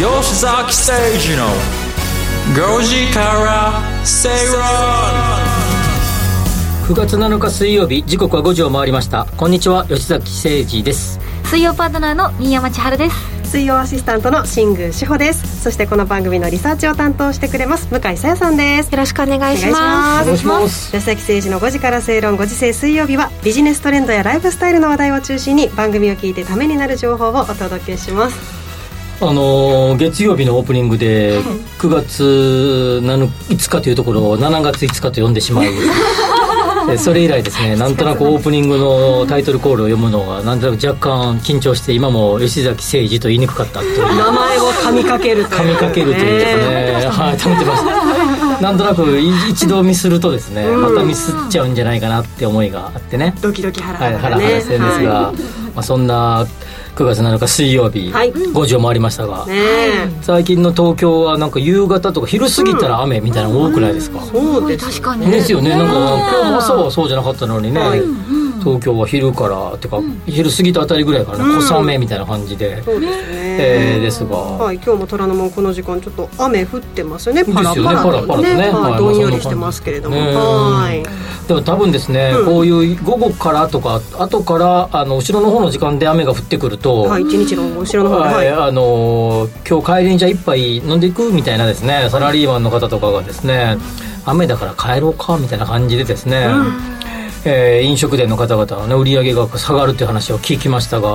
吉崎誠二の5時から正論。 9月7日水曜日、時刻は5時を回りました。こんにちは、吉崎誠二です。 水曜パートナーの新山千春です。 水曜アシスタントの新宮志保です。そしてこの番組のリサーチを担当してくれます向井沙耶さんです。 よろしくお願いします。 お願いします。吉崎誠二の5時から正論。5時制水曜日はビジネストレンドやライフスタイルの話題を中心に番組を聞いてためになる情報をお届けします。 月曜日のオープニングで9月5日というところを7月5日と読んでしまいそれ以来ですね、なんとなくオープニングのタイトルコールを読むのがなんとなく若干緊張して、今も吉崎誠二と言いにくかったという名前を噛みかけるというですね、はい、貯めてました。なんとなく一度ミスるとですね、またミスっちゃうんじゃないかなって思いがあってね、 ドキドキハラハラ、 ハラハラしてるんですが、そんな9月7日水曜日、5時を回りましたが、最近の東京はなんか夕方とか昼過ぎたら雨みたいなの多くないですか？ そうです確かにですよね。なんか今日も朝はそうじゃなかったのにね、東京は昼からってか、昼過ぎたあたりぐらいからね、小雨みたいな感じで、 そうですね、 ですが、 今日も虎ノ門この時間ちょっと雨降ってますよね。パラパラとね、どんよりしてますけれども、 でも多分ですね、こういう午後からとか後から後ろの方の時間で雨が降ってくると、 一日の後ろの方で、 今日帰りにじゃあ一杯飲んでいくみたいなですね、サラリーマンの方とかがですね、雨だから帰ろうかみたいな感じでですね、飲食店の方々の、ね、売り上げが下がるという話を聞きましたが、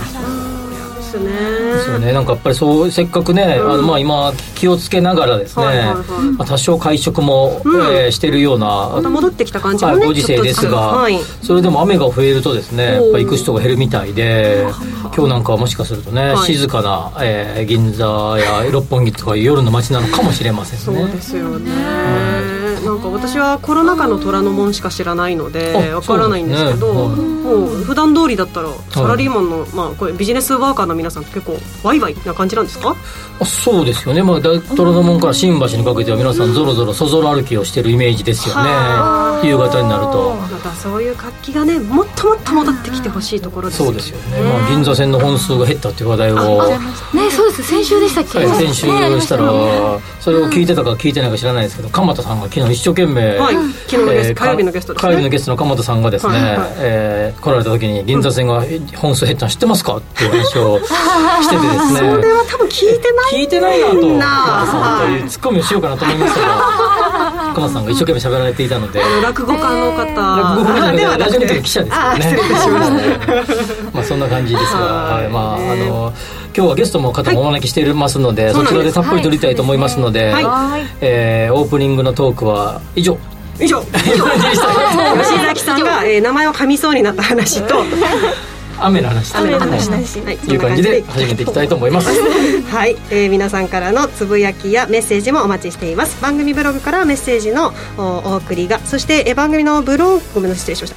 ですよね。なんかやっぱりそう、せっかくね、今気をつけながらですね、多少会食も、してるようなまた戻ってきた感じもね、 ご時世ですが、それでも雨が増えるとですね、やっぱり行く人が減るみたいで、今日なんかはもしかするとね、静かな、銀座や六本木とか夜の街なのかもしれませんね。 そうですよね、なんか私はコロナ禍の虎ノ門しか知らないのでわからないんですけど、もう普段通りだったらサラリーマンの、これビジネスワーカーの皆さんって結構ワイワイな感じなんですか？ そうですよね。虎ノ門から新橋にかけては皆さんぞろぞろそぞろ歩きをしてるイメージですよね。夕方になるとまたそういう活気がね、もっともっと戻ってきてほしいところですよね。 そうですよね。銀座線の本数が減ったっていう話題をそうです、先週でしたっけ？ 先週したら、それを聞いてたか聞いてないか知らないですけど、鎌田さんが昨日一生懸命、 火曜日のゲストですね、 火曜日のゲストの鎌田さんがですね、来られた時に銀座線が本数減ったの知ってますかっていう話をしててですね、 それは多分聞いてないなと鎌田さんというツッコミをしようかなと思いましたが、鎌田さんが一生懸命喋られていたので、 落語家の方、 落語家ではラジオネーム記者ですからね。 失礼いたしましたそんな感じですが、今日はゲストの方もお招きしていますので、そちらでたっぷり取りたいと思いますので、オープニングのトークは以上吉崎さんが、名前を噛みそうになった話と雨の話という感じで始めていきたいと思いますはい、皆さんからのつぶやきやメッセージもお待ちしています。番組ブログからメッセージのお送りが、そして、番組のブログ、ごめんなさい失礼しました、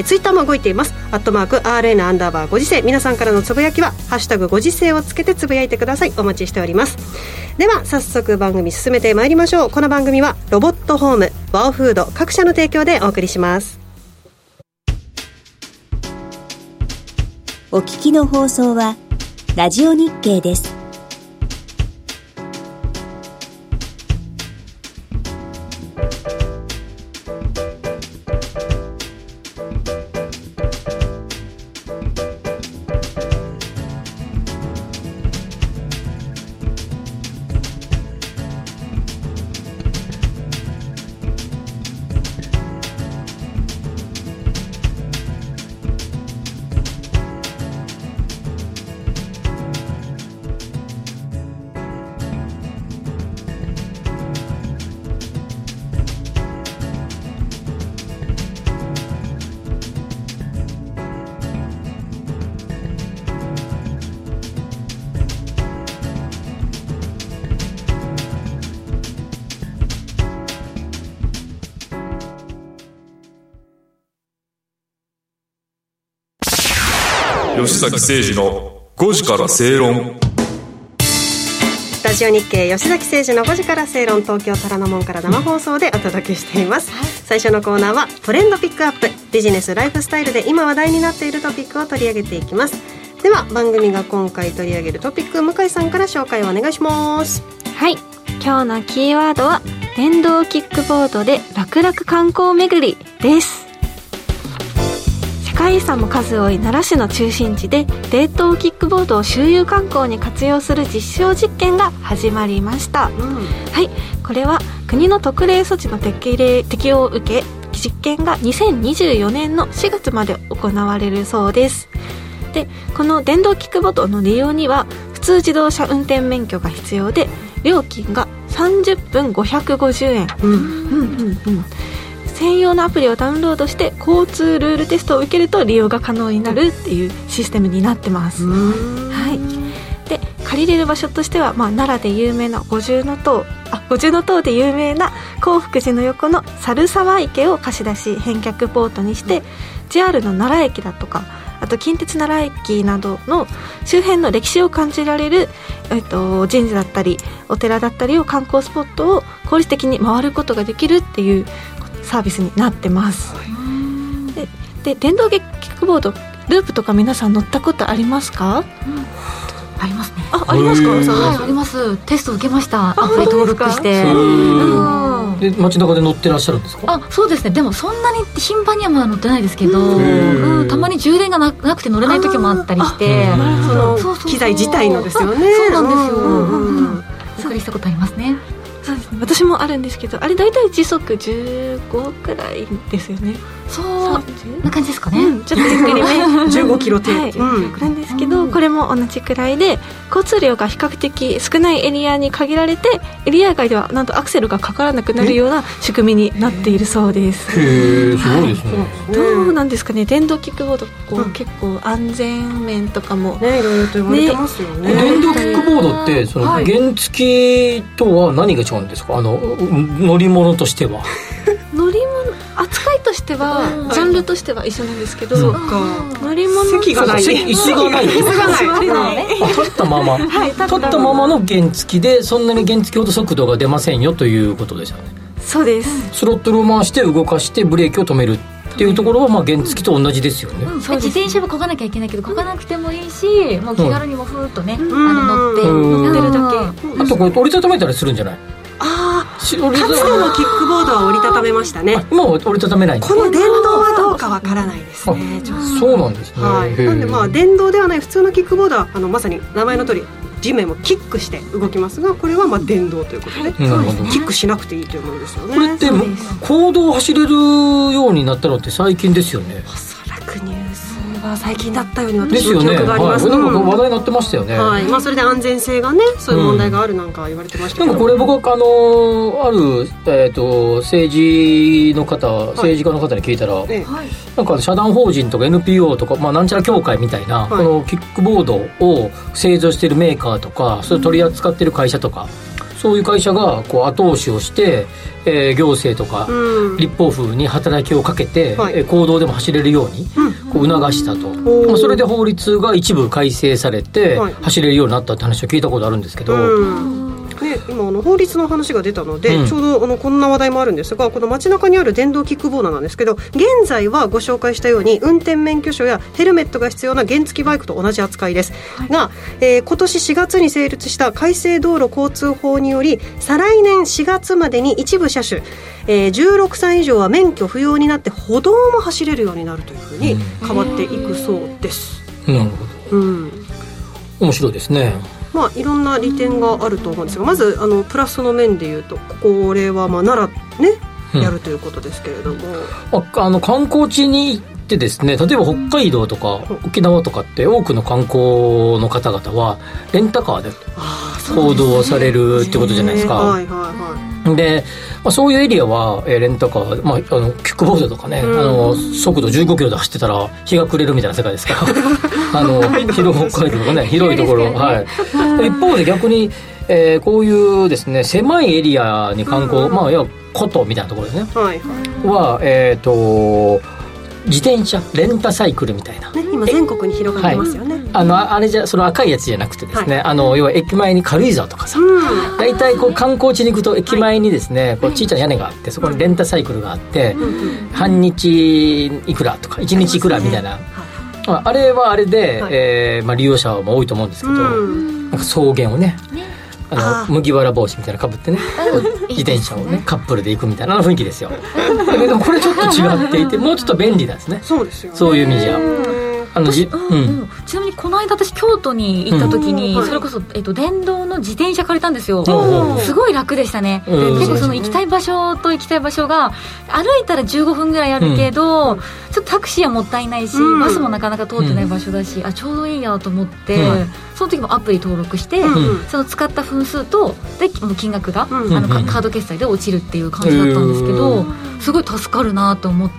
ツイッターも動いています。@RN_5時世、皆さんからのつぶやきはハッシュタグ5時世をつけてつぶやいてください。お待ちしております。では早速番組進めてまいりましょう。この番組はロボットホーム、ワオフード各社の提供でお送りします。 お聞きの放送はラジオ日経です。 吉崎誠二の5時から正論。 ラジオ日経吉崎誠二の5時から正論、東京虎ノ門から生放送でお届けしています、最初のコーナーはトレンドピックアップ。ビジネスライフスタイルで今話題になっているトピックを取り上げていきます。 では番組が今回取り上げるトピック、向井さんから紹介をお願いします。 はい、今日のキーワードは電動キックボードで楽々観光巡りです。世界遺産も数多い奈良市の中心地で電動キックボードを周遊観光に活用する実証実験が始まりました、はい、これは国の特例措置の適用を受け、実験が2024年の4月まで行われるそうです。で、この電動キックボードの利用には普通自動車運転免許が必要で、料金が30分550円、専用のアプリをダウンロードして交通ルールテストを受けると利用が可能になるっていうシステムになってます。はい、で借りれる場所としては、奈良で有名な五重塔で有名な興福寺の横の猿沢池を貸し出し返却ポートにして、JR の奈良駅だとか、あと近鉄奈良駅などの周辺の歴史を感じられる、神社だったりお寺だったりを観光スポットを効率的に回ることができるっていうサービスになってます。で電動キックボードループとか皆さん乗ったことありますか？ ありますね。 ありますか？ はい、あります。テスト受けました。アプリ登録して。 で街中で乗ってらっしゃるんですか？ そうですね。でもそんなに頻繁にはまだ乗ってないですけど、たまに充電がなくて乗れない時もあったりして、 その機材自体のですよね。 そうなんですよ。お借りしたことありますね。 そうですね、私もあるんですけど、あれ大体時速15くらいですよね。 そうな感じですかね、 ちょっとゆっくりね 15キロ程度、 なんですけど、これも同じくらいで交通量が比較的少ないエリアに限られて、エリア外ではなんとアクセルがかからなくなるような仕組みになっているそうです。 へー、すごいですね。 どうなんですかね、電動キックボード結構安全面とかもね、いろいろと言われてますよね。 電動キックボードってその原付とは何が違うんですか？乗り物としては乗り物扱いとしてはジャンルとしては一緒なんですけど、乗り物席がない、 椅子がない、立ったまま、立ったままの原付で、そんなに原付ほど速度が出ませんよということですよね。 そうです。 スロットルを回して動かしてブレーキを止めるっていうところは原付と同じですよね。 自転車も漕がなきゃいけないけど、漕がなくてもいいし、もう気軽にもふーっとね、乗ってるだけ。 あとこれ折りたためたりするんじゃない？ かつてのキックボードは折りたためましたね。 もう折りたためない。 この電動はどうかわからないですね。 そうなんですね。 なんで電動ではない普通のキックボードはまさに名前の通り地面をキックして動きますが、これは電動ということで、キックしなくていいというものですよね。 これって公道を走れるようになったのって最近ですよね。 おそらくニュースは最近だったように私の記憶があります。 なんか話題になってましたよね。 それで安全性がね、そういう問題があるなんか言われてましたけど、 でもこれ僕はある、政治家の方に聞いたら、なんか社団法人とか NPO とか、なんちゃら協会みたいな、このキックボードを製造しているメーカーとか、それを取り扱っている会社とか、そういう会社が後押しをして、行政とか、立法府に働きをかけて、公道でも走れるように促したと、それで法律が一部改正されて、走れるようになったって話を聞いたことあるんですけど、 今法律の話が出たので、ちょうどこんな話題もあるんですが、この街中にある電動キックボードなんですけど、現在はご紹介したように運転免許証やヘルメットが必要な原付バイクと同じ扱いです、が、今年4月に成立した改正道路交通法により、再来年4月までに一部車種、16歳以上は免許不要になって歩道も走れるようになるというふうに変わっていくそうです。 なるほど、面白いですね。 いろんな利点があると思うんですが、まずプラスの面でいうと、これは奈良ね、やるということですけれども、 観光地に行ってですね、例えば北海道とか沖縄とかって多くの観光の方々はレンタカーで行動されるってことじゃないですか。で、そういうエリアは、レンタカー、キックボードとかね、速度15キロで走ってたら日が暮れるみたいな世界ですから広北海道とかね、広いところ、一方で逆に、こういうですね、狭いエリアに観光、いわば古都みたいなところですね、は、自転車レンタサイクルみたいな、 今全国に広がってますよね。 あれじゃ、その赤いやつじゃなくてですね、要は駅前に軽井沢とかさ、大体観光地に行くと駅前にですね、小さな屋根があって、そこにレンタサイクルがあって、半日いくらとか1日いくらみたいな、 あれはあれで、 はい利用者も多いと思うんですけど、なんか草原をね麦わら帽子みたいなの被ってね自転車をねカップルで行くみたいな雰囲気ですよ。だけどこれちょっと違っていてもうちょっと便利なんですね。 そうですよね。 そういう意味じゃちなみにこの間私京都に行った時に、それこそ、電動の自転車借りたんですよ。すごい楽でしたね。結構その行きたい場所と行きたい場所が歩いたら15分ぐらいあるけど、ちょっとタクシーはもったいないし、バスもなかなか通ってない場所だし、ちょうどいいやと思って、その時もアプリ登録して、その使った分数とでもう金額が、カード決済で落ちるっていう感じだったんですけど、すごい助かるなと思って、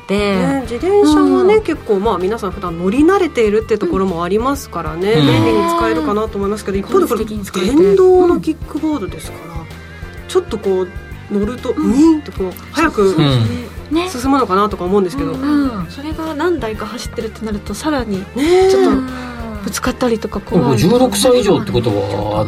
自転車はね、結構皆さん普段乗り慣れているってところもありますからね、便利に使えるかなと思いますけど、一方でこれ電動のキックボードですから、ちょっとこう乗るとウィーンとこう早く進むのかなとか思うんですけど、 それが何台か走ってるってなるとさらにちょっとぶつかったりとか怖い。 16歳以上ってことは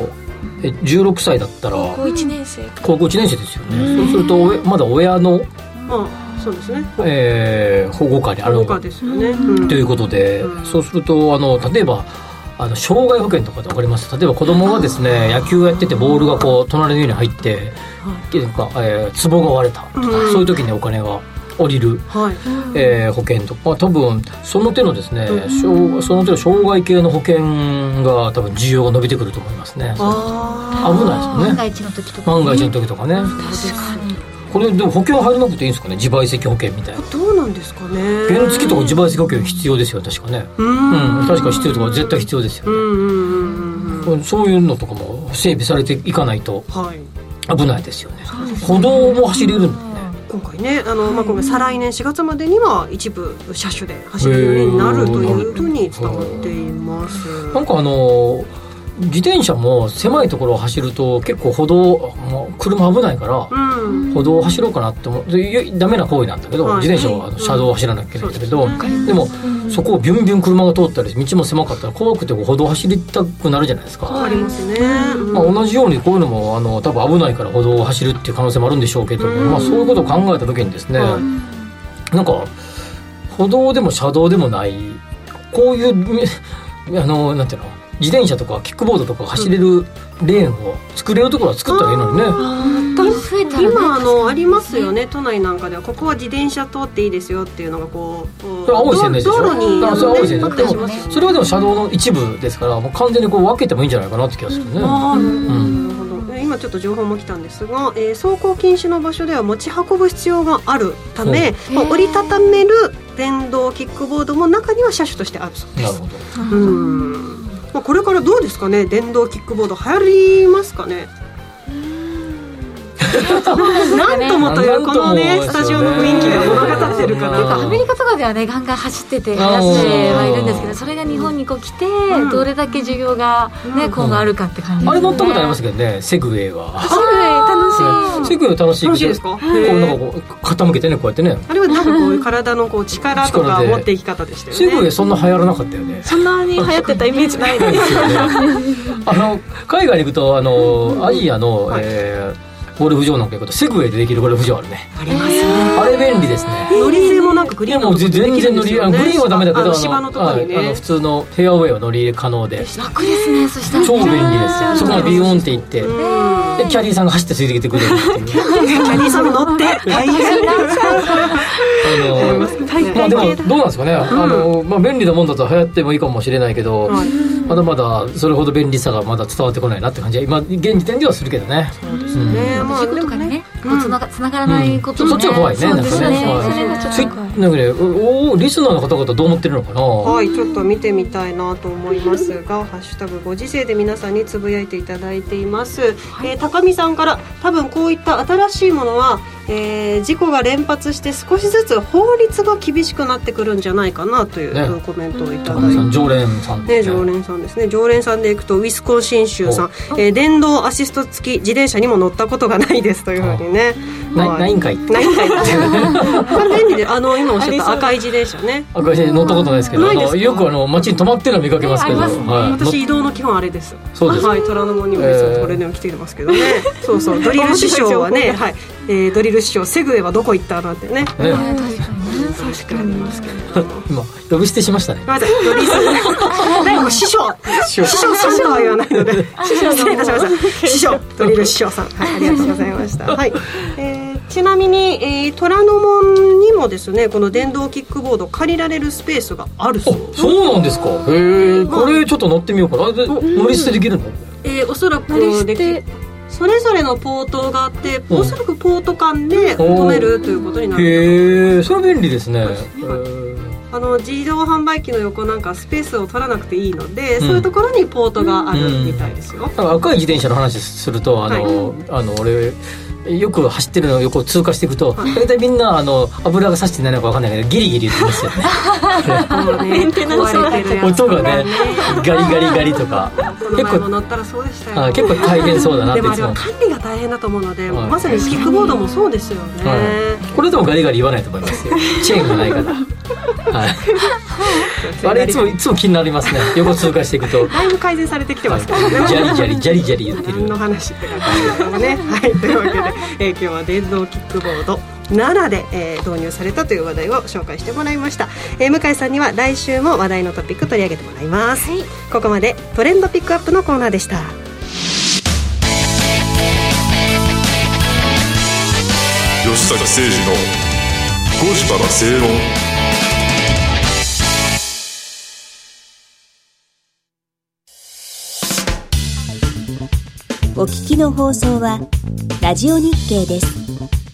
16歳だったら高校1年生ですよね。そうするとまだ親のそうですね、 保護下にあるのかですよね、 ということで、そうすると例えば障害保険とかって分かります？例えば子供がですね野球やっててボールがこう隣の家に入って壺が割れたとか、そういう時にお金が降りる、保険とか、多分その手のですね、その手の障害系の保険が多分需要が伸びてくると思いますね。危ないですよね。 万が一の時とか、 万が一の時とかね。確かに。これでも保険入らなくていいんですかね、自賠責保険みたいな。 どうなんですかね。 原付とか自賠責保険必要ですよ確かね。確か必要とか絶対必要ですよね。そういうのとかも整備されていかないと危ないですよね。歩道も走れるんだね。 今回ね今回再来年4月までには一部車種で走れるようになるというふうに伝わっています。 なんか自転車も狭いところを走ると結構歩道車危ないから、歩道を走ろうかなって思う。ダメな行為なんだけど、自転車は車道を走らなきゃいけないんだけど、でもそこをビュンビュン車が通ったり道も狭かったら怖くて歩道を走りたくなるじゃないですか。 ありますね。 同じようにこういうのも多分危ないから歩道を走るっていう可能性もあるんでしょうけど、そういうことを考えた時にですね、なんか歩道でも車道でもないこういうなんていうの、自転車とかキックボードとか走れるレーンを作れるところは作ったらいいのにね。 今ありますよね。都内なんかではここは自転車通っていいですよっていうのがこう青い線でしょ。 道路にそれ青い線でそれはでも車道の一部ですから、もう完全にこう分けてもいいんじゃないかなって気がするね。 今ちょっと情報も来たんですが、走行禁止の場所では持ち運ぶ必要があるため、折りたためる電動キックボードも中には車種としてあるそうです。なるほど。これからどうですかね、電動キックボード流行りますかね。なんともというこのねスタジオの雰囲気が物語ってるかな。 アメリカとかではねガンガン走ってて流行ってはいるんですけど、それが日本にこう来て、どれだけ需要がね今後あるかって感じですね。 あれ乗ったことありますけどね、セグウェイは。 セグウェイ楽しい。 セグウェイ楽しい。 楽しいですか。こうなんかこう傾けてね、こうやってね。 あれはなんかこういう体のこう力とか持っていき方でしたよね。 セグウェイそんな流行らなかったよね。 そんなに流行ってたイメージないですよね。 海外に行くとアジアのゴルフ場なんか行くとセグウェイでできるゴルフ場あるね。 ありますね。 あれ便利ですね。 乗り入れもなんかグリーンの全然乗り入れ、グリーンはダメだけど芝のところにね、 普通のフェアウェイは乗り入れ可能で楽ですね。そしたら超便利です。そこまでビヨーンって行って、でキャディーさんが走ってついてきてくれるっていう。 キャディーさん乗って大変だ。 でもどうなんですかね。便利なもんだと流行ってもいいかもしれないけど、まだまだそれほど便利さがまだ伝わってこないなって感じは今現時点ではするけどね。 そうですね。 仕事とかにねつながらないこともね。 そっちが怖いね。なんかね。それがちょっと怖い。なんかね、リスナーの方々どう思ってるのかな。 はい、ちょっと見てみたいなと思いますが、ハッシュタグご時世で皆さんにつぶやいていただいています。高見さんから、多分こういった新しいものは、事故が連発して少しずつ法律が厳しくなってくるんじゃないかなというコメントをいただいて、 常連さんね、常連さんですね。常連さんでいくとウィスコンシン州さん、電動アシスト付き自転車にも乗ったことがないですというふうにね。 ないんかいってないんかいってこれ便利で、今おっしゃった赤い自転車ね。 赤い自転車乗ったことないですけど、よく街に止まってるの見かけますけど、 私移動の基本あれです。 そうです。 はい、虎ノ門にもですこれでも来てますけどね。そうドリル師匠はね、はい、ドリル師匠セグウェイはどこ行ったなんてね。 確かに今呼び捨てしましたね。 ごめんなさい、よりなんかもう師匠は言わないので失礼いたしました。師匠、ドリル師匠さん、はい、ありがとうございました。はい、ちなみに、虎ノ門にもですね、この電動キックボード借りられるスペースがあるそうです。 そうなんですか。へえ、これちょっと乗ってみようかな。乗り捨てできるの？ おそらくできそれぞれのポートがあって、おそらくポート間で止めるということになる。 へえ、それは便利ですね。 自動販売機の横なんかスペースを取らなくていいので、そういうところにポートがあるみたいですよ。 赤い自転車の話すると、俺よく走ってるのを横通過していくと、大体みんな油が差してないのか分かんないけどギリギリ言ってますよね。 メンテナンス音がね、ガリガリガリとか。 この前も乗ったらそうでしたよ。 結構大変そうだなって。 でもあれは管理が大変だと思うので、まさにキックボードもそうですよね。 これでもガリガリ言わないと思いますよ。チェーンがないから。はい、あれいつも気になりますね。横通過していくとだいぶ改善されてきてますからね。 ジャリジャリジャリジャリ言ってる。 何の話って感じですからね。はい、というわけで、今日は電動キックボード奈良で、導入されたという話題を紹介してもらいました。向井さんには来週も話題のトピック取り上げてもらいます。はい、ここまでトレンドピックアップのコーナーでした。 吉坂誠二の5時から正論。 お聞きの放送はラジオ日経です。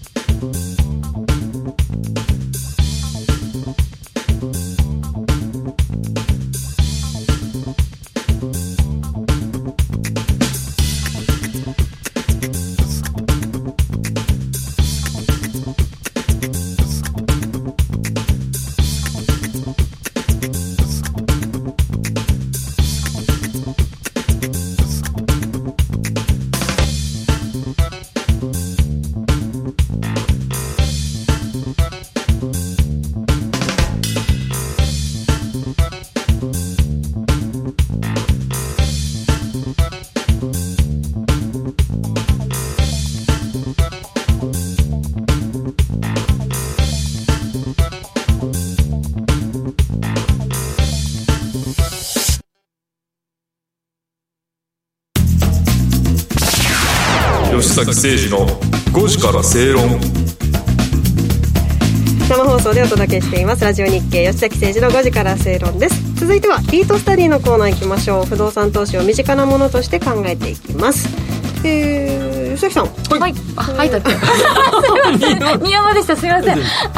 吉坂誠二の5時から正論。 生放送でお届けしていますラジオ日経吉崎誠二の5時から正論です。続いてはリートスタディのコーナー行きましょう。不動産投資を身近なものとして考えていきます。吉崎さん、 はい、はいだって新山でした。すみません。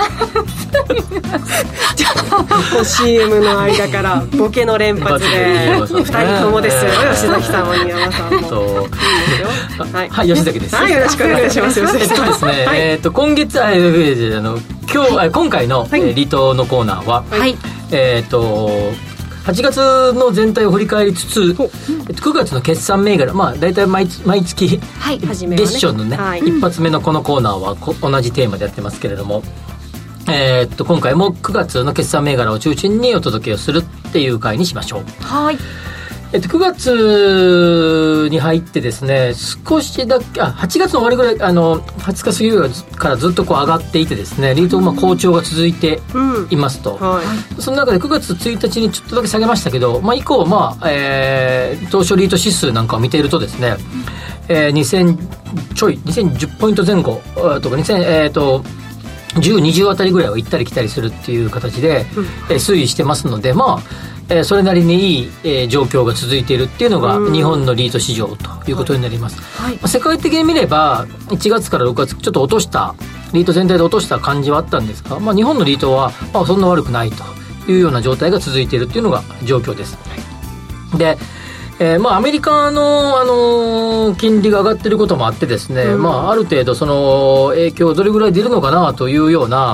CM の間からボケの連発で2人ともですよ。吉崎さんも新山さんも。 はい、吉崎です。 はい、よろしくお願いします。吉崎さんですね、今月今回のリートのコーナーは、8月の全体を振り返りつつ、9月の決算銘柄、だいたい毎月、月初のね、一発目のこのコーナーは同じテーマでやってますけれども、今回も9月の決算銘柄を中心にお届けをするっていう回にしましょう。はい。9月に入ってですね、少しだけ8月の終わりぐらい20日過ぎぐらいからずっとこう上がっていてですね、リート好調が続いていますと、その中で9月1日にちょっとだけ下げましたけど、以降東証リート指数なんかを見ているとですね、2010ポイント前後とか10、20あたりぐらいを行ったり来たりするっていう形で、推移してますので、それなりにいい、状況が続いているっていうのが日本のリート市場ということになります。世界的に見れば1月から6月ちょっと落としたリート全体で落とした感じはあったんですが、日本のリートは、そんな悪くないというような状態が続いているっていうのが状況です。でアメリカの、金利が上がっていることもあってですね、ある程度その影響どれぐらい出るのかなというような、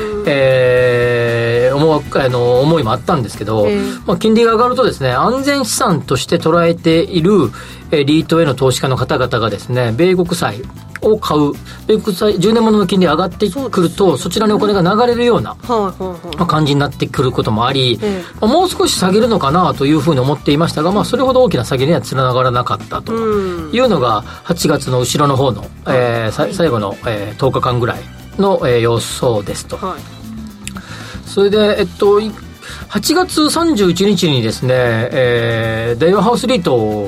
思いもあったんですけど、金利が上がるとですね、安全資産として捉えている、リートへの投資家の方々がですね、米国債を買う、米国債10年物の金利が上がってくると、そちらにお金が流れるような感じになってくることもあり、もう少し下げるのかなというふうに思っていましたが、それほど大きな下げにはつながらなかったというのが8月の後ろの方の、最後の、10日間ぐらいの、予想ですと。 それで8月31日にですね、大和ハウスリート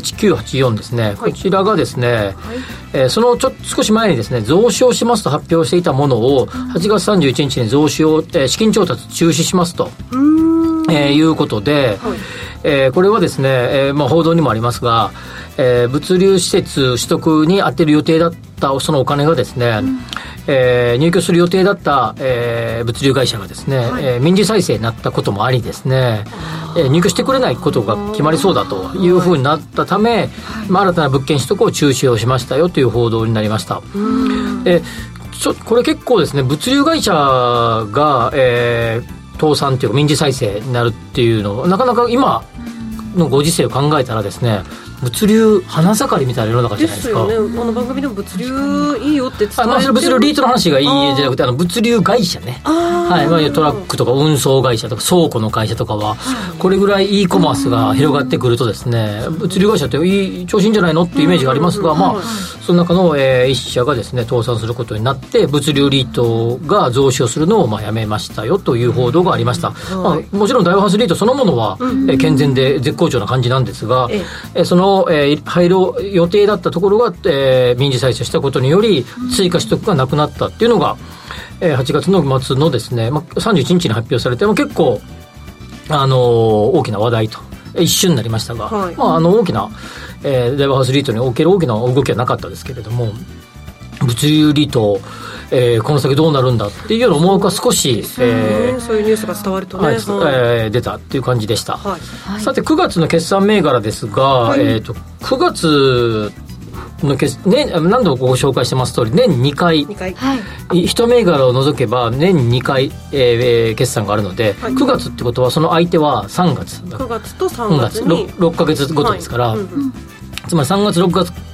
8984ですね、こちらがですね、その少し前にですね増資をしますと発表していたものを8月31日に増資を、資金調達中止しますということで、これはですね、報道にもありますが、物流施設取得に充てる予定だったそのお金がですね、入居する予定だった、物流会社がですね、民事再生になったこともありですね、入居してくれないことが決まりそうだというふうになったため、新たな物件取得を中止をしましたよという報道になりました。これ結構ですね、物流会社が、倒産というか民事再生になるっていうのはなかなか今のご時世を考えたらですね、物流花盛りみたいな世の中じゃないですか。 ですよね。番組でも物流いいよって伝えてる。 それ物流リートの話がいいじゃなくて、物流会社ね。はい、トラックとか運送会社とか倉庫の会社とかは、これぐらい e コマースが広がってくるとですね、物流会社って調子いいんじゃないのっていうイメージがありますが、その中の、一社がですね倒産することになって、物流リートが増資をするのをやめましたよという報道がありました。もちろん大和ハウスリートそのものは、健全で絶好調な感じなんですが、その入る予定だったところが、民事再生したことにより追加取得がなくなったっていうのが、8月の末のですね、31日に発表されて、結構大きな話題と一瞬になりましたが、大きな、大和ハウスリートにおける大きな動きはなかったですけれども、物流リート、この先どうなるんだっていうような思惑が少し、 そういうニュースが伝わるとね、 出たっていう感じでした、さて9月の決算銘柄ですが、9月の何度もご紹介してます通り年2回、1銘柄を除けば年2回、決算があるので、9月ってことはその相手は3月 9月と3月に 6ヶ月ごとですから、つまり3月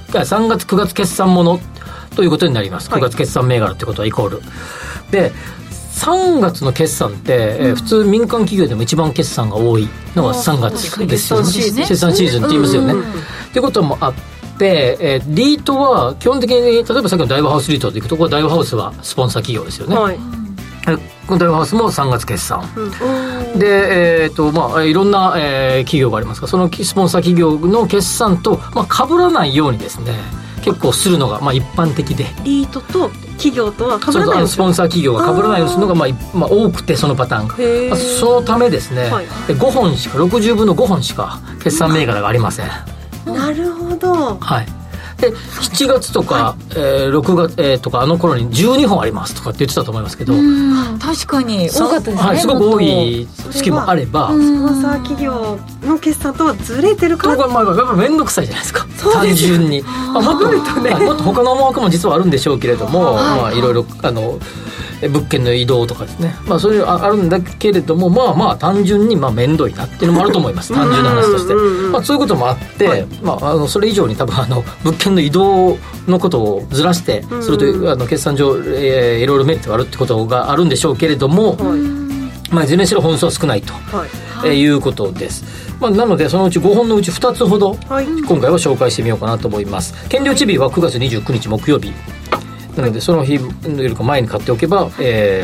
9月決算ものということになります。9月決算銘柄ってことはイコールで、3月の決算って、普通民間企業でも一番決算が多いのが3月ですよね。決算シーズンって言いますよね。っていうこともあって、リートは基本的に、例えばさっきの大和ハウスリートでいくと、これ大和ハウスはスポンサー企業ですよね。この大和ハウスも3月決算、で、いろんな、企業がありますが、そのスポンサー企業の決算と、被らないようにですね結構するのが、一般的で、 リートと企業とは被らないように、 スポンサー企業が被らないようにするのが、多くて、そのパターンが、そのためですね、5本しか60分の5本しか決算銘柄がありません。 なるほど。 で7月とか、6月、とかあの頃に12本ありますとかって言ってたと思いますけど、 確かに多かったですね。 すごく多い月もあれば、 スポンサー企業の決算とはずれてるから、 やっぱ面倒くさいじゃないですか、単純に。もっと他の思惑も実はあるんでしょうけれども、いろいろ物件の移動とかですね、そういうのあるんだけれども、単純に面倒いなっていうのもあると思います。単純な話として、そういうこともあって、それ以上に多分物件の移動のことをずらしてするという決算上、いろいろメリットがあるってことがあるんでしょうけれども、いずれにしろ本数は少ないと、いうことです。なのでそのうち5本のうち2つほど、今回は紹介してみようかなと思います。権利落ち日は9月29日木曜日なので、その日よりか前に買っておけば、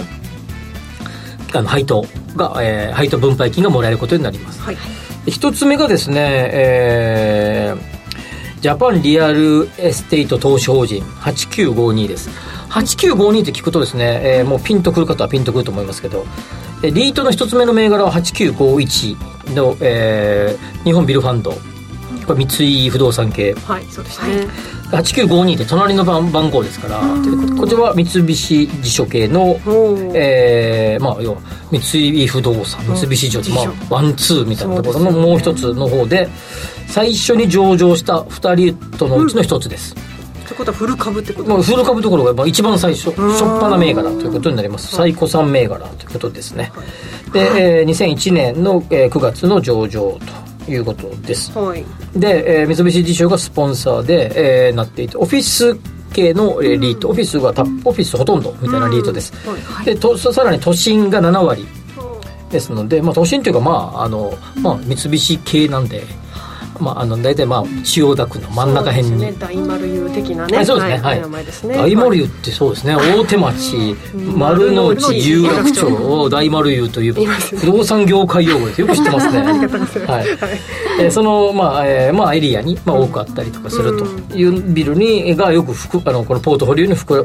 配当分配金がもらえることになります。一つ目がですね、ジャパンリアルエステイト投資法人8952です。8952って聞くとですね、もうピンとくる方はピンとくると思いますけど、リートの一つ目の銘柄は8951の、日本ビルファンド、これ三井不動産系、 そうですね。 8952って隣の番号ですから、こちらは三菱地所系の、要は三井不動産、三菱地所、ワンツーみたいなところのもう一つの方で、最初に上場した2リートのうちの一つです。 ということはフル株ってことですか？ フル株どころが一番最初、初っ端な銘柄ということになります。最古参銘柄ということですね。で、2001年の9月の上場ということです。で、三菱地所がスポンサーで、なっていて、オフィス系のリート、オフィスほとんどみたいなリートです。で、さらに都心が7割ですので、都心というか三菱系なんで、 大体千代田区の真ん中辺に、 ね、大丸湯的なね、 そうですね、はい、 名前ですね。 大丸湯ってそうですね、大手町、丸の内有楽町を大丸湯という不動産業界用語でよく知ってますね。 ありがとうございます。 はい、そのエリアに多くあったりとかするというビルにがよくこのポートフォリオに含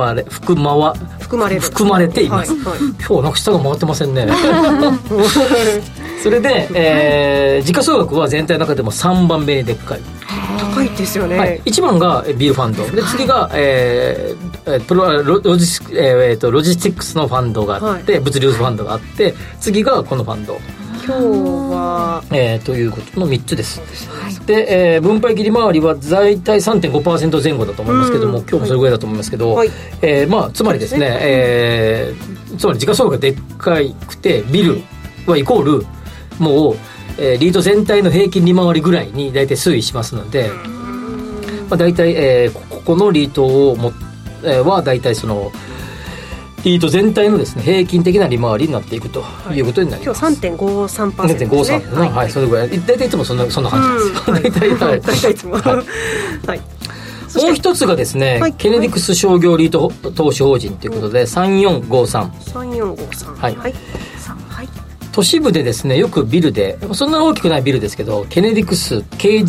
まれています。はいはい、今日なんか下が回ってませんね。それで、時価総額は全体の中でも3番目にでっかい。 高いですよね。はい、 1番がビルファンドで、次が、ロジスティックスのファンドがあって、物流ファンドがあって、次がこのファンド。 今日は、 ということの3つです。で、分配切り回りは大体 3.5% 前後だと思いますけども、今日もそれぐらいだと思いますけど、つまりですね、つまり時価総額がでっかくてビルはイコールもう、リート全体の平均利回りぐらいに大体推移しますので、大体、ここのリートは大体そのリート全体のですね平均的な利回りになっていくということになります。 今日 3.53% ですね。 3.53%、はい、それぐらい大体いつもそんな感じなんですよ。大体いつも、はい、もう一つがですね、ケネディクス商業リート投資法人ということで、3453、はい、都市部でですね、よくビルで、そんな大きくないビルですけど、ケネディクス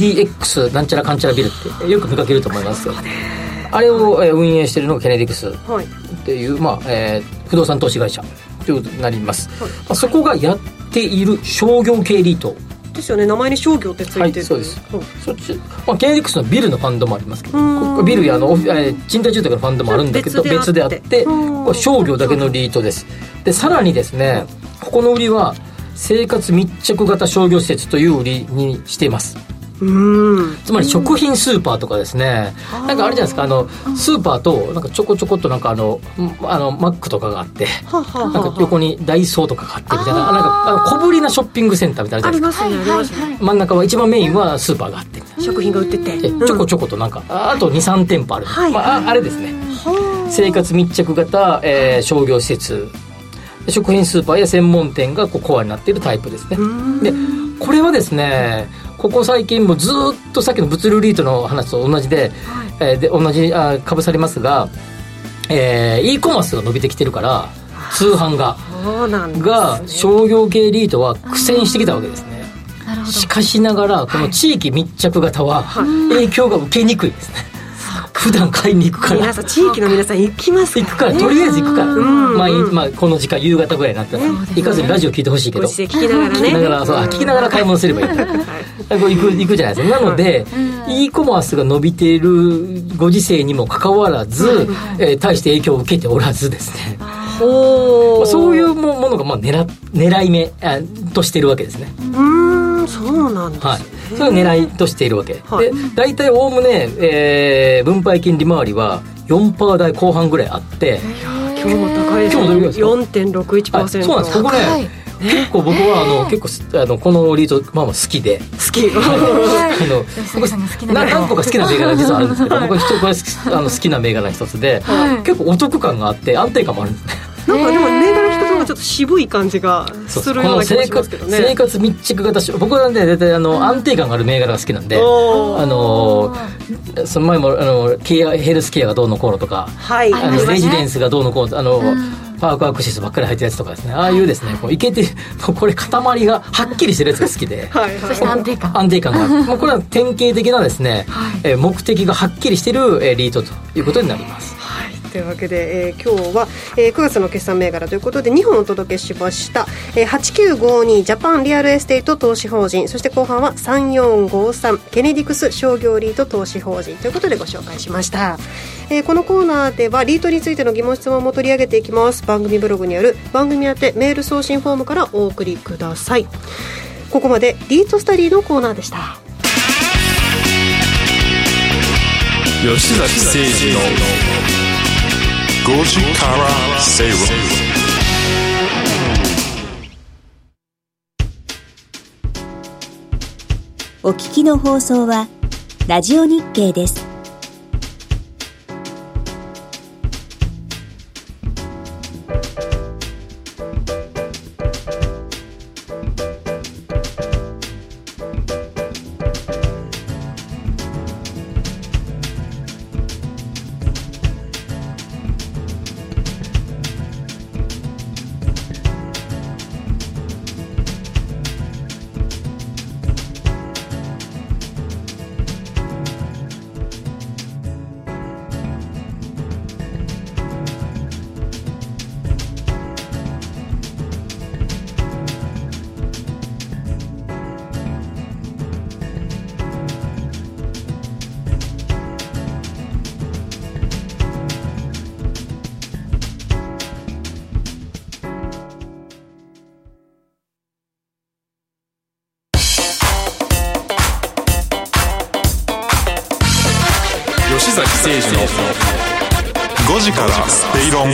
KDX なんちゃらかんちゃらビルってよく見かけると思いますよ。あれを運営しているのがケネディクスっていう、不動産投資会社ということになります。そこがやっている商業系リートですよね。名前に商業ってついてる。 はい、そうです。そっち、ケネディクスのビルのファンドもありますけど、ビルや賃貸住宅のファンドもあるんだけど、別であって、商業だけのリートです。で、さらにですね、ここの売りは生活密着型商業施設という売りにしています。つまり食品スーパーとかですね、なんかあるじゃないですか、スーパーとなんかちょこちょこっとなんかマックとかがあって、なんか横にダイソーとかがあってみたいな、なんか小ぶりなショッピングセンターみたいなありますね。真ん中は一番メインはスーパーがあって、 食品が売ってて、 ちょこちょことなんかあと 2,3 店舗ある、あれですね、生活密着型、商業施設、食品スーパーや専門店がコアになっているタイプですね。でこれはですね、ここ最近もずっとさっきの物流リートの話と同じで、同じ株されますが、e コマースが伸びてきてるから通販が商業系リートは苦戦してきたわけですね。しかしながらこの地域密着型は影響が受けにくいですね。普段買いに行くから、 皆さん地域の皆さん行きますから、 行くから、とりあえず行くから、この時間夕方ぐらいになったら行かずにラジオ聞いてほしいけど、 聞きながらね、 聞きながら買い物すればいい行くじゃないですか。なので、e コマースが伸びているご時世にもかかわらず、大して影響を受けておらずですね、そういうものが狙い目としているわけですね。 そうなんですね。 それを狙いとしているわけ、で大体おおむね、分配金利回りは 4% 台後半ぐらいあって、 今日も高いですね。 4.61%、 そうなんです。ここね、結構僕はこのリート好きで、何個か好きな銘柄実はあるんですけど、僕はこれ好きな銘柄の一つで、結構お得感があって安定感もあるんですね。 なんかでも銘柄一つがちょっと渋い感じがするような気がしますけどね。 生活密着型、僕はね大体安定感がある銘柄が好きなんで、その前もヘルスケアがどうのこうのとか、レジデンスがどうのこうのパークアクシスばっかり入ってるやつとかですね、ああいうですね、いけてこれ塊がはっきりしてるやつが好きで、 そして安定感がこれは典型的なですね、目的がはっきりしてるリートということになります。 というわけで、今日は、9月の決算銘柄ということで2本お届けしました。8952ジャパンリアルエステート投資法人、そして後半は3453ケネディクス商業リート投資法人ということでご紹介しました。このコーナーではリートについての疑問質問も取り上げていきます。番組ブログにある番組宛てメール送信フォームからお送りください。ここまでリートスタディのコーナーでした。 吉崎誠二の5時から正論。 お聞きの放送はラジオ日経です。 崎誠二の5時から正論。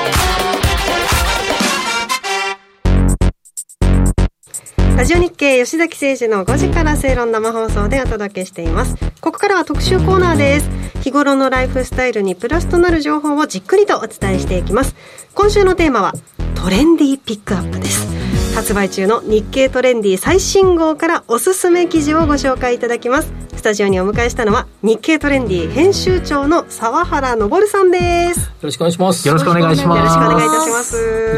ラジオ日経吉崎誠二の5時から正論生放送でお届けしています。ここからは特集コーナーです。日頃のライフスタイルにプラスとなる情報をじっくりとお伝えしていきます。今週のテーマはトレンディーピックアップです。発売中の日経トレンディ最新号からおすすめ記事をご紹介いただきます。スタジオにお迎えしたのは日経トレンディ編集長の澤原昇さんです。 よろしくお願いします。 よろしくお願いします。 よろしくお願いいたします。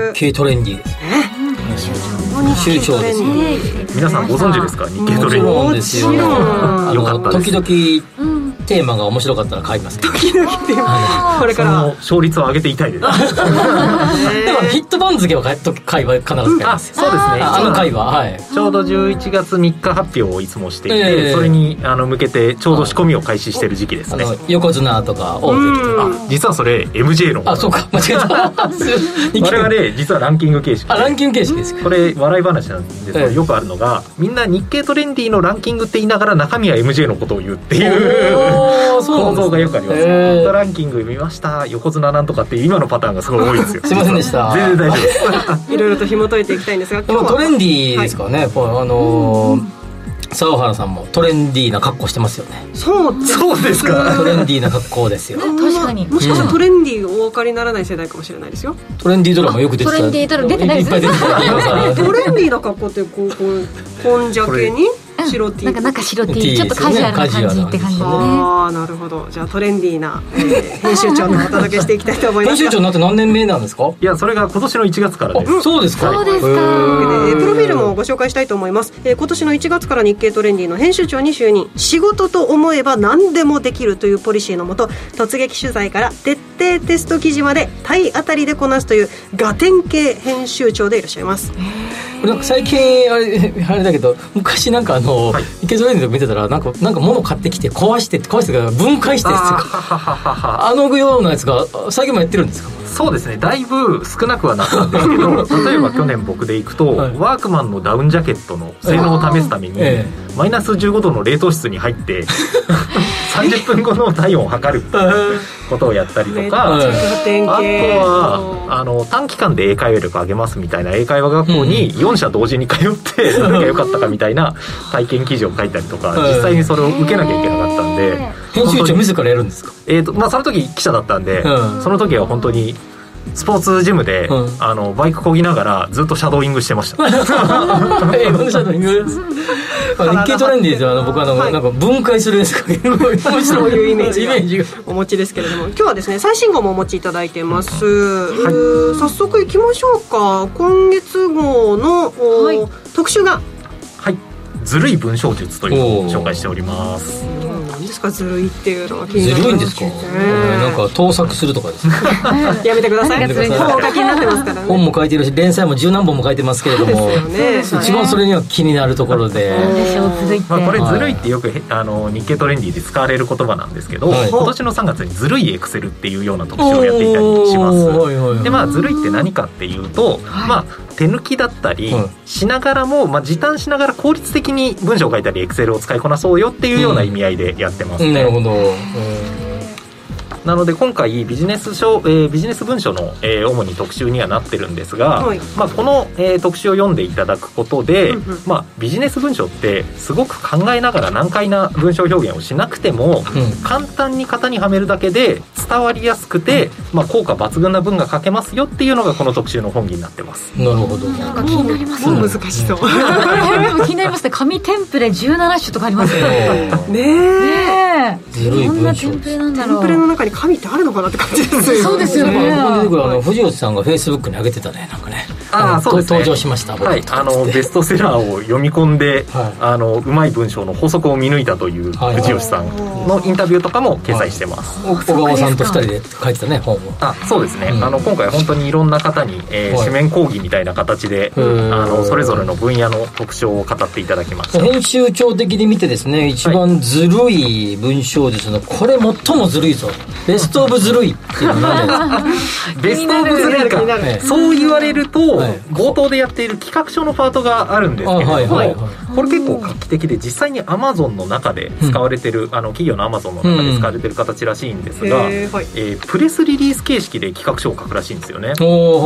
日経トレンディですね。編集長です。 皆さんご存知ですか、日経トレンディ。 もちろんですよ。 よかったです。 時々テーマが面白かったら買います。 時々テーマ。これからその勝率を上げていたいです。でもヒット番付は回は必ず買います。 そうですね。 回は、はい。 ちょうど11月3日発表をいつもしていて、それに向けてちょうど仕込みを開始している時期ですね。 横綱とか大関とか。 実はそれ MJ の。 あ、そうか、間違えた。 我々実はランキング形式。 ランキング形式ですか。 これ笑い話なんですけど、よくあるのが、みんな日経トレンディのランキングって言いながら中身は MJ のことを言うっていう構造がよくあります。ランキング見ました、横綱なんとかっていう今のパターンがすごい多いですよ。 すいませんでした。 全然大丈夫です。 いろいろと紐解いていきたいんですが、 今日はトレンディーですからね。澤原さんもトレンディーな格好してますよね。 そうですか。 トレンディーな格好ですよ。 確かに。 もしかしたらトレンディーをお分かりにならない世代かもしれないですよ。 トレンディードラマよく出てた。 トレンディードラマ出てないです。 いっぱい出てた。 トレンディーな格好って紺ジャケに白 T、 なんか白 T、ちょっとカジュアルな感じって感じですね。 ああ、なるほど。じゃあトレンディーな、編集長のお届けしていきたいと思います。 編集長になって何年目なんですか？ いや、それが今年の1月からです。 そうですか。 そうですか。 プロフィールもご紹介したいと思います。今年の1月から日経トレンディの編集長に就任。仕事と思えば何でもできるというポリシーのもと、突撃取材から徹底テスト記事まで体当たりでこなすというガテン系編集長でいらっしゃいます。 なんか最近あれだけど、昔なんか日経トレンディ見てたらなんか物買ってきて壊して分解してあのようなやつが最近もやってるんですか？ そうですね、だいぶ少なくはなったんですけど、例えば去年僕で行くと、ワークマンのダウンジャケットの性能を試すために、マイナス15度の冷凍室に入って30分後の体温を測ることをやったりとか、あとは短期間で英会話力上げますみたいな英会話学校に4社同時に通ってどれが良かったかみたいな体験記事を書いたりとか、実際にそれを受けなきゃいけなかったんで。 編集長自らやるんですか？ その時記者だったんで、その時は本当にスポーツジムで、バイク漕ぎながらずっとシャドーイングしてました。 英語のシャドーイングです。日経トレンディーで僕なんか分解するんですか？ そういうイメージがお持ちですけれども、今日はですね、最新号もお持ちいただいてます。早速いきましょうか。今月号の、特集がずるい文章術というのを紹介しております。 何ですか、ずるいっていうのは気になります。 ずるいんですか？なんか盗作するとかですね。 やめてください。本を書きになってますからね。 本も書いてるし、連載も十何本も書いてますけれども、一番それには気になるところで、 これずるいってよく日経トレンディで使われる言葉なんですけど、今年の3月にずるいエクセルっていうような特集をやっていたりします。で、ずるいって何かっていうと、手抜きだったりしながらも、時短しながら効率的に文章を書いたりエクセルを使いこなそうよっていうような意味合いでやってますね。 なるほど。 なので今回ビジネス文書の、主に特集にはなってるんですが、この、特集を読んでいただくことで、ビジネス文書ってすごく考えながら難解な文章表現をしなくても、簡単に型にはめるだけで伝わりやすくて、効果抜群な文が書けますよっていうのがこの特集の本義になってます。 なるほど。 なんか気になりますね。 難しそう。 気になりますね。紙テンプレ17種とかありますよね。 ずるい文章。 テンプレなんだろう。 テンプレの中に紙ってあるのかなって感じですよね。 そうですよね。 ここで出てくる藤吉さんがフェイスブックに上げてたね、なんかね。 そうですね。 登場しました。 はい。ベストセラーを読み込んで、うまい文章の法則を見抜いたという藤吉さんのインタビューとかも掲載してます。 小川さんと2人で書いてたね、本を。 そうですね。今回本当にいろんな方に紙面講義みたいな形でそれぞれの分野の特徴を語っていただきました。 編集長的に見てですね、一番ずるい文章ですね。これ最もずるいぞ。ベストオブずるいっていうのは何ですか？ ベストオブずるいか。そう言われると、冒頭でやっている企画書のパートがあるんですけれども、 これ結構画期的で実際に Amazon の中で使われてる、企業の Amazon の中で使われてる形らしいんですが、プレスリリース形式で企画書を書くらしいんですよね。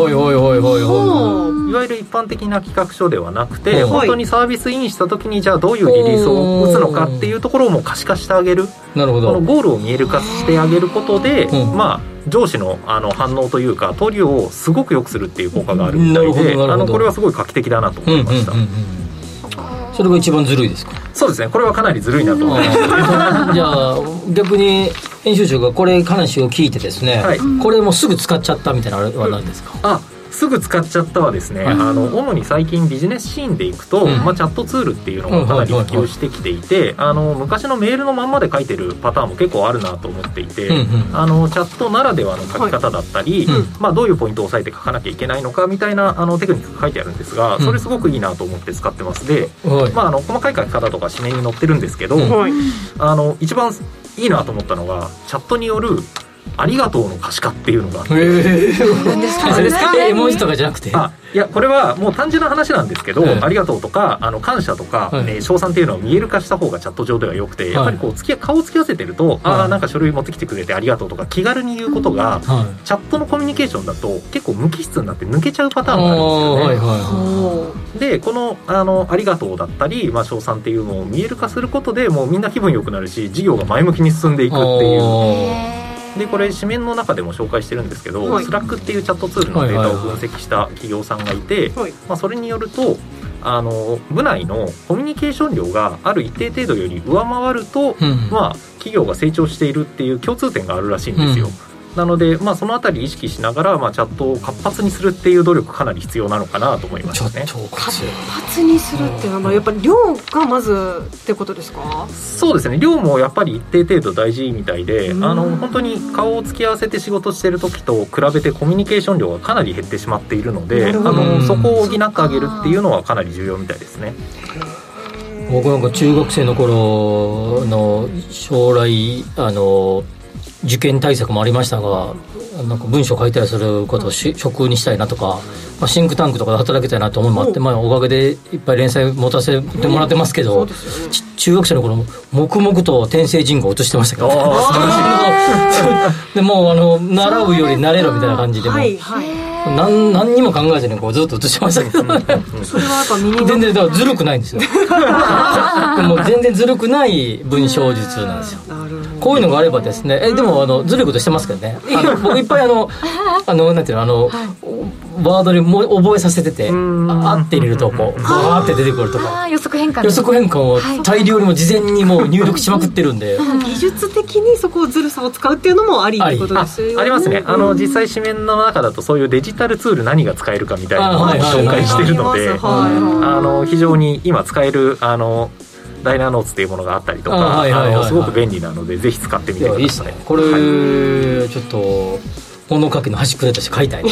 いわゆる一般的な企画書ではなくて、本当にサービスインした時にじゃあどういうリリースを打つのかっていうところをもう可視化してあげる。なるほど。このゴールを見える化してあげることで、上司の反応というか通りをすごく良くするっていう効果があるみたいで、これはすごい画期的だなと思いました。 それが一番ずるいですか？ そうですね、これはかなりずるいなと思います。 じゃあ逆に編集長がこれ話を聞いてですね、これもうすぐ使っちゃったみたいなのは何ですか？ すぐ使っちゃったはですね、主に最近ビジネスシーンでいくと、チャットツールっていうのがかなり普及してきていて、昔のメールのまんまで書いてるパターンも結構あるなと思っていて、チャットならではの書き方だったり、どういうポイントを押さえて書かなきゃいけないのかみたいなテクニックが書いてあるんですが、それすごくいいなと思って使ってます。で、細かい書き方とか紙面に載ってるんですけど、一番いいなと思ったのがチャットによるありがとうの可視化っていうのがあって、 何ですか？絵文字とかじゃなくて、 いやこれはもう単純な話なんですけど、ありがとうとか感謝とか、称賛っていうのを見える化した方がチャット上では良くて、やっぱりこう顔を付き合わせてると、なんか書類持ってきてくれてありがとうとか気軽に言うことが、チャットのコミュニケーションだと結構無機質になって抜けちゃうパターンがあるんですよね。でこのありがとうだったり、称賛っていうのを見える化することでもうみんな気分良くなるし、事業が前向きに進んでいくっていう。でこれ紙面の中でも紹介してるんですけど、スラックっていうチャットツールのデータを分析した企業さんがいて、それによると部内のコミュニケーション量がある一定程度より上回ると、企業が成長しているっていう共通点があるらしいんですよ。なので、そのあたり意識しながら、チャットを活発にするっていう努力かなり必要なのかなと思いましたね。 活発にするっていうのは、やっぱり量がまずってことですか？ そうですね、量もやっぱり一定程度大事みたいで、本当に顔を付き合わせて仕事してる時と比べてコミュニケーション量がかなり減ってしまっているので、そこを補ってあげるっていうのはかなり重要みたいですね。 僕なんか中学生の頃の将来受験対策もありましたが、なんか文章書いたりすることを職にしたいなとか、シンクタンクとかで働きたいなと思いもあって、おかげでいっぱい連載持たせてもらってますけど、中学生の頃黙々と天聖人語を写してましたけどでもう習うより慣れろみたいな感じでも何にも考えずにずっと写してましたけどそれはやっぱ身に全然だからずるくないんですよもう全然ずるくない文章術なんですよ。こういうのがあればですね、でもずるいことしてますけどね。僕いっぱいなんていうのワードにも覚えさせてて、あって入れるとこうバーって出てくるとか、 予測変換を大量にも事前にもう入力しまくってるんで、 技術的にそこをずるさを使うっていうのもありってことですよね。 ありますね。実際紙面の中だとそういうデジタルツール何が使えるかみたいなのを紹介してるので、非常に今使えるダイナーノーツっていうものがあったりとか、すごく便利なのでぜひ使ってみてください。いいですね。 これ、ちょっと物書きの端くれとして書いたい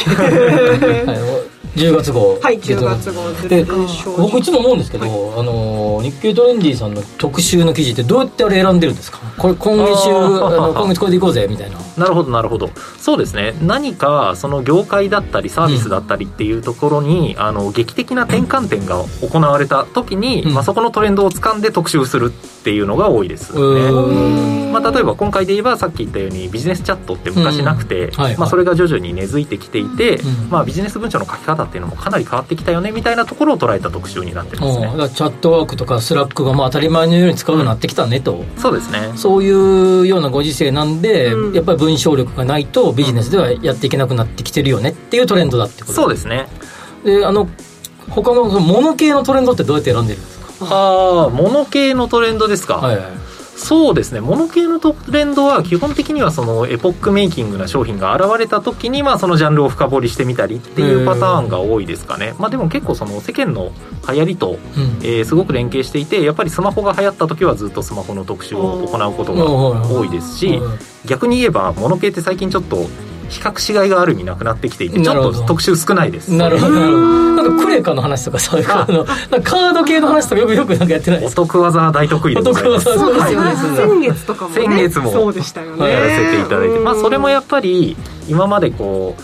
10月号、 10月号で僕いつも思うんですけど、日経トレンディさんの特集の記事ってどうやってあれ選んでるんですか？これ今月これでいこうぜみたいな。 なるほどなるほど。そうですね、何かその業界だったりサービスだったりっていうところに、劇的な転換点が行われた時に、そこのトレンドを掴んで特集するっていうのが多いですね。例えば今回で言えばさっき言ったようにビジネスチャットって昔なくて、それが徐々に根付いてきていて、ビジネス文章の書き方っていうのもかなり変わってきたよねみたいなところを捉えた特集になってますね。 チャットワークとかスラックが当たり前のように使うようになってきたねと、 そうですね。 そういうようなご時世なんで、やっぱり文章力がないとビジネスではやっていけなくなってきてるよねっていうトレンドだってこと。 そうですね。 で他のモノ系のトレンドってどうやって選んでるんですか？ モノ系のトレンドですか。そうですね、モノ系のトレンドは基本的にはそのエポックメイキングな商品が現れた時にそのジャンルを深掘りしてみたりっていうパターンが多いですかね。でも結構その世間の流行りと、すごく連携していて、やっぱりスマホが流行った時はずっとスマホの特集を行うことが多いですし、逆に言えばモノ系って最近ちょっと比較しがいがある意味なくなってきていて、ちょっと特集少ないです。 なるほど。なんかクレカの話とかそういうカード系の話とかよくなんかやってないですか？ お得技大得意でございます。 そうですよね。先月とかもね。 先月もそうでしたよね。 やらせていただいて、それもやっぱり今までこう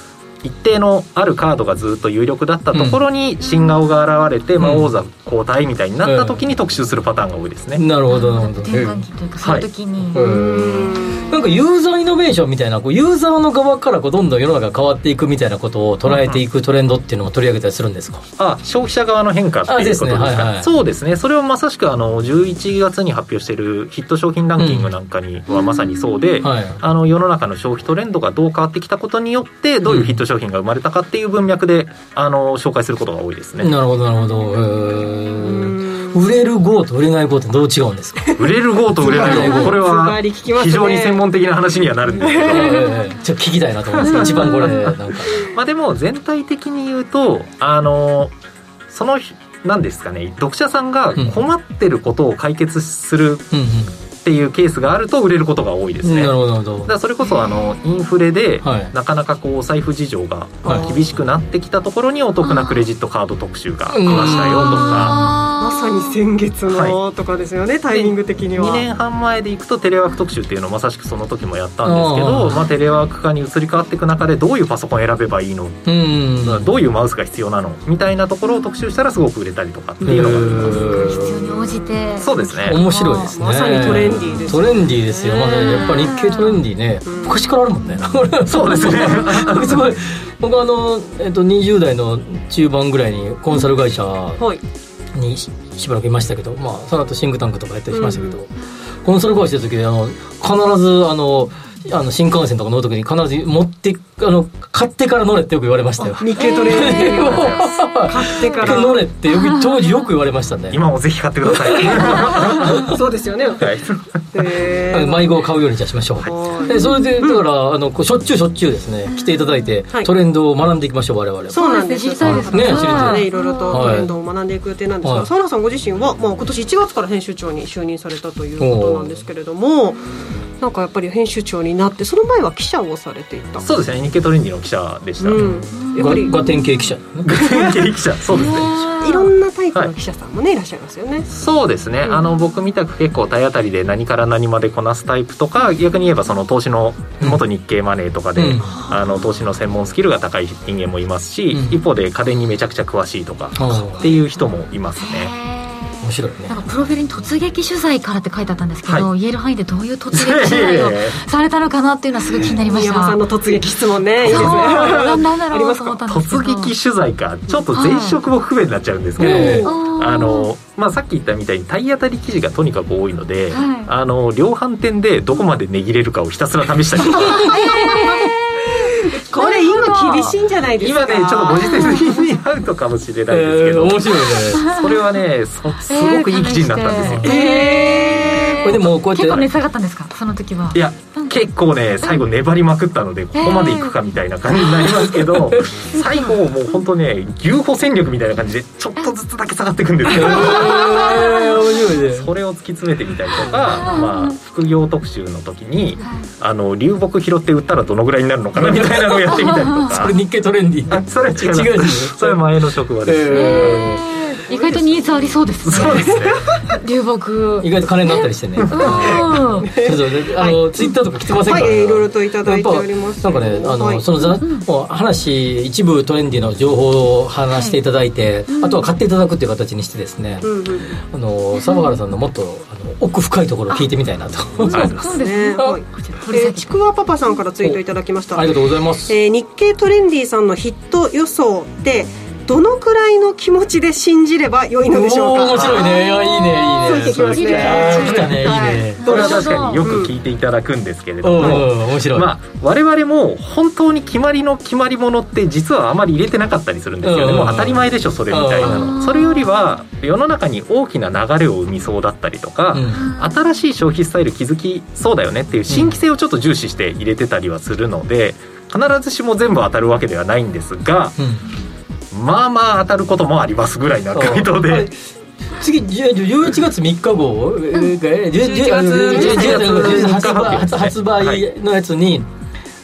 一定のあるカードがずっと有力だったところに新顔が現れて、王座交代みたいになった時に特集するパターンが多いですね。 なるほどなるほど。 転換期というかそういう時に、 なんかユーザーイノベーションみたいなユーザーの側からどんどん世の中が変わっていくみたいなことを捉えていくトレンドっていうのを取り上げたりするんですか？ 消費者側の変化っていうことですか？そうですね。それはまさしく11月に発表しているヒット商品ランキングなんかにはまさにそうで、世の中の消費トレンドがどう変わってきたことによってどういうヒット商品が生まれたかっていう文脈で紹介することが多いですね。 なるほどなるほど。売れる号と売れない号ってどう違うんですか？ 売れる号と売れない号、これは非常に専門的な話にはなるんですけど、 ちょっと聞きたいなと思うんですけど、一番これなんかでも全体的に言うとその何ですかね、読者さんが困ってることを解決するっていうケースがあると売れることが多いですね。 なるほどなるほど。 だからそれこそインフレでなかなかお財布事情が厳しくなってきたところにお得なクレジットカード特集が来ましたよとか、 まさに先月のとかですよね、タイミング的には。 2年半前でいくとテレワーク特集っていうのをまさしくその時もやったんですけど、テレワーク化に移り変わっていく中でどういうパソコン選べばいいの、どういうマウスが必要なのみたいなところを特集したらすごく売れたりとかっていうのがあります。 必要に応じて。 そうですね。 面白いですね。 まさにトレンディーです。 トレンディーですよ。やっぱり日経トレンディーね、昔からあるもんね。 そうですね。 すごい。僕20代の中盤ぐらいにコンサル会社にしばらくいましたけど、その後シンクタンクとかやったりしましたけど、コンサル会社してる時で必ず新幹線とか乗る時に必ず買ってから乗れってよく言われましたよ。 日経トレンディー買ってから乗れって当時よく言われましたね。 今もぜひ買ってください。 そうですよね。 迷子を買うようにじゃしましょう。それでだからしょっちゅうですね来ていただいてトレンドを学んでいきましょう。我々 そうなんです。知りたいですね。 知りたい。 いろいろとトレンドを学んでいく予定なんですが、澤野さんご自身は今年1月から編集長に就任されたということなんですけれども、なんかやっぱり編集長になってその前は記者をされていた。 そうですね。日経トレンディの記者でした。 やっぱりガテン系記者。 ガテン系記者。そうですね。 いろんなタイプの記者さんもね、いらっしゃいますよね。 そうですね。僕みたく結構体当たりで何から何までこなすタイプとか、逆に言えばその投資の元日経マネーとかで、投資の専門スキルが高い人間もいますし、一方で家電にめちゃくちゃ詳しいとかっていう人もいますね。 面白いね。 なんかプロフィールに突撃取材からって書いてあったんですけど、言える範囲でどういう突撃取材をされたのかなっていうのはすごい気になりました。 宮山さんの突撃質問ね、いいですね。 何だろうと思ったんですけど。 突撃取材か、ちょっと前職も不便になっちゃうんですけど、さっき言ったみたいに体当たり記事がとにかく多いので、量販店でどこまで値切れるかをひたすら試したりとか。 これ今厳しいんじゃないですか。 今ねちょっとご時世的に合うとかもしれないですけど、 面白いね。 それはねすごくいい記事になったんですよ。 これでもこうやって結構値下がったんですか、その時は。 いや結構ね最後粘りまくったのでここまでいくかみたいな感じになりますけど、最後もう本当ね牛歩戦略みたいな感じでちょっとずつだけ下がっていくんですけど、 面白いね。 それを突き詰めてみたりとか、副業特集の時に流木拾って売ったらどのぐらいになるのかなみたいなのをやってみたりとか。 それ日経トレンディー。 それ違うそれ前の職場です。 意外とニーズありそうですね。 そうですね。 流木意外と金になったりしてね。ツイッターとか来てませんか？ いろいろといただいております。 なんかねその話一部トレンディの情報を話していただいて、あとは買っていただくっていう形にしてですね、澤原さんのもっと奥深いところを聞いてみたいなと。 そうですね。 ちくわパパさんからツイートいただきました。 ありがとうございます。 日経トレンディさんのヒット予想ってどのくらいの気持ちで信じれば良いのでしょうか。 面白いね。いやいいね。 そう聞きますね。 来たね。いいね。 これは確かによく聞いていただくんですけれども、 面白い。 我々も本当に決まり物って実はあまり入れてなかったりするんですよね。もう当たり前でしょそれみたいなの。それよりは世の中に大きな流れを生みそうだったりとか、新しい消費スタイル気づきそうだよねっていう新規性をちょっと重視して入れてたりはするので、必ずしも全部当たるわけではないんですが、まあ当たることもありますぐらいな回答で。 次11月3日号発売のやつに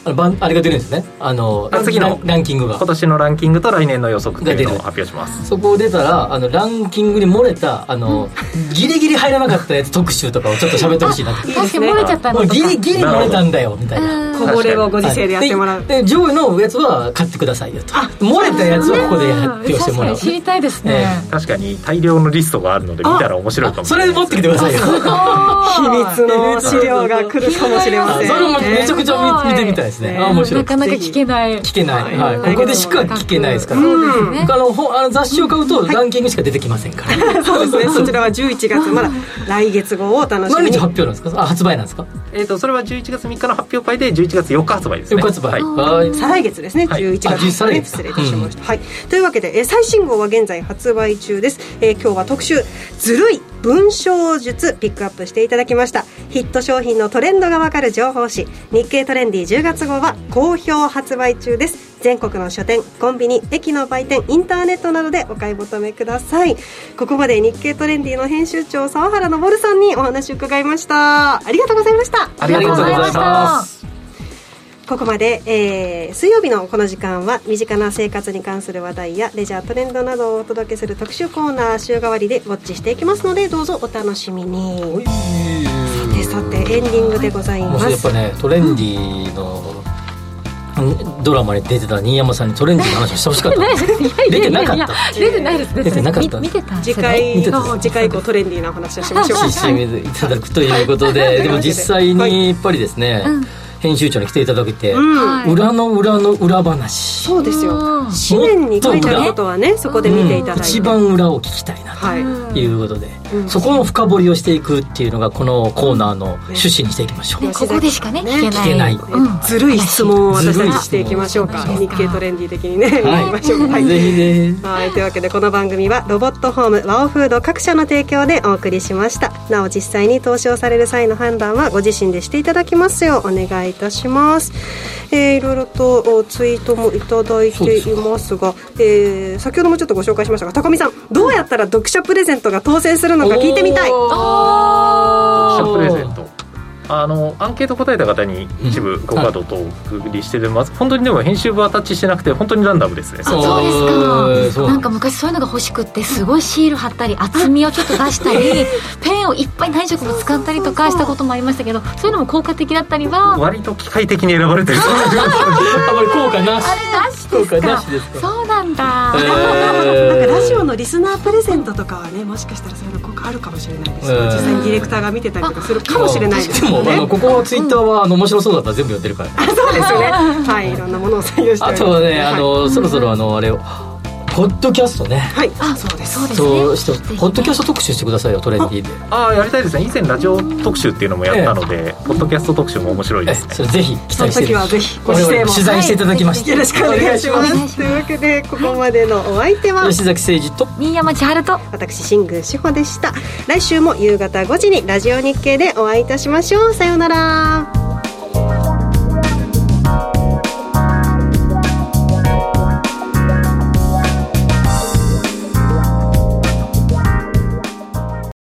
あれが出るんですね、次のランキングが、 今年のランキングと来年の予測っていうのを発表します。 そこを出たらランキングに漏れたギリギリ入らなかったやつ特集とかをちょっと喋ってほしいなと。 確かに漏れちゃったのとか、 ギリギリ漏れたんだよみたいな、 こぼれをご時世でやってもらう。 で上位のやつは買ってくださいよと、漏れたやつはここで発表してもらう。 知りたいですね。 確かに大量のリストがあるので見たら面白いかもしれない。 それ持ってきてくださいよ。 秘密の資料が来るかもしれません。 それもめちゃくちゃ見てみたいですね。面白い。 なかなか聞けない、 はい、ここでしか聞けないですから。雑誌を買うとランキングしか出てきませんから。 そうですね。そちらは11月、まだ来月号をお楽しみに。 何日発表なんですか？発売なんですか？ それは11月3日の発表会で11月4日発売ですね。 4日発売。 再来月ですね。11月ですね。失礼いたしました。はい。というわけで最新号は現在発売中です。今日は特集ずるい文章術ピックアップしていただきました。ヒット商品のトレンドがわかる情報誌日経トレンディ10月号は好評発売中です。全国の書店、コンビニ、駅の売店、インターネットなどでお買い求めください。ここまで日経トレンディの編集長沢原昇さんにお話を伺いました。ありがとうございました。 ありがとうございました。 ここまで、水曜日のこの時間は身近な生活に関する話題やレジャートレンドなどをお届けする特集コーナー週替わりでウォッチしていきますのでどうぞお楽しみに。さてエンディングでございます。 やっぱねトレンディのドラマに出てた新山さんにトレンディの話をしてほしかった出てなかった。 出てないです。 出てなかった。 見てた。 次回以降トレンディーな話をしましょう。 CMいただくということででも実際にやっぱりですね、編集長に来ていただいて、裏の裏の裏話。 そうですよ。紙面に書いてあることはね、そこで見ていただいて、 一番裏を聞きたいなということで、そこの深掘りをしていくっていうのがこのコーナーの趣旨にしていきましょう。 ここでしかね聞けないずるい質問を私たちしていきましょうか。日経トレンディ的にね、いきましょう。 ぜひね。 はい、というわけでこの番組はロボットホームワオフード各社の提供でお送りしました。なお実際に投資をされる際の判断はご自身でしていただきますようお願いいたします。いろいろとツイートもいただいていますが、先ほどもちょっとご紹介しましたが、高見さんどうやったら読者プレゼントが当選するのか聞いてみたい。 読者プレゼント、アンケート答えた方に一部ごカードとお送りしてます。本当にでも編集部はタッチしてなくて本当にランダムですね。 そうですか。なんか昔そういうのが欲しくってすごいシール貼ったり厚みをちょっと出したりペンをいっぱい何色も使ったりとかしたこともありましたけど、そういうのも効果的だったりは割と機械的に選ばれてる。 あまり効果なし。 あれなしですか。そうなんだ。 なんかラジオのリスナープレゼントとかはね、もしかしたらそういうの効果あるかもしれないですよ。実際にディレクターが見てたりとかするかもしれないですね。 ここのツイッターは面白そうだったら全部読んでるからね。 そうですよね。はい、いろんなものを採用しております。 あとはね、そろそろあれをポッドキャストね。 はい。そうです。 ポッドキャスト特集してくださいよ、トレンディで。 やりたいですね。以前ラジオ特集っていうのもやったので、ポッドキャスト特集も面白いですね。 それぜひ期待してる。 その時はぜひご出演も取材していただきまして、 よろしくお願いします。というわけでここまでのお相手は吉崎誠二と新山千春と私新宮志保でした。来週も夕方5時にラジオ日経でお会いいたしましょう。さようなら。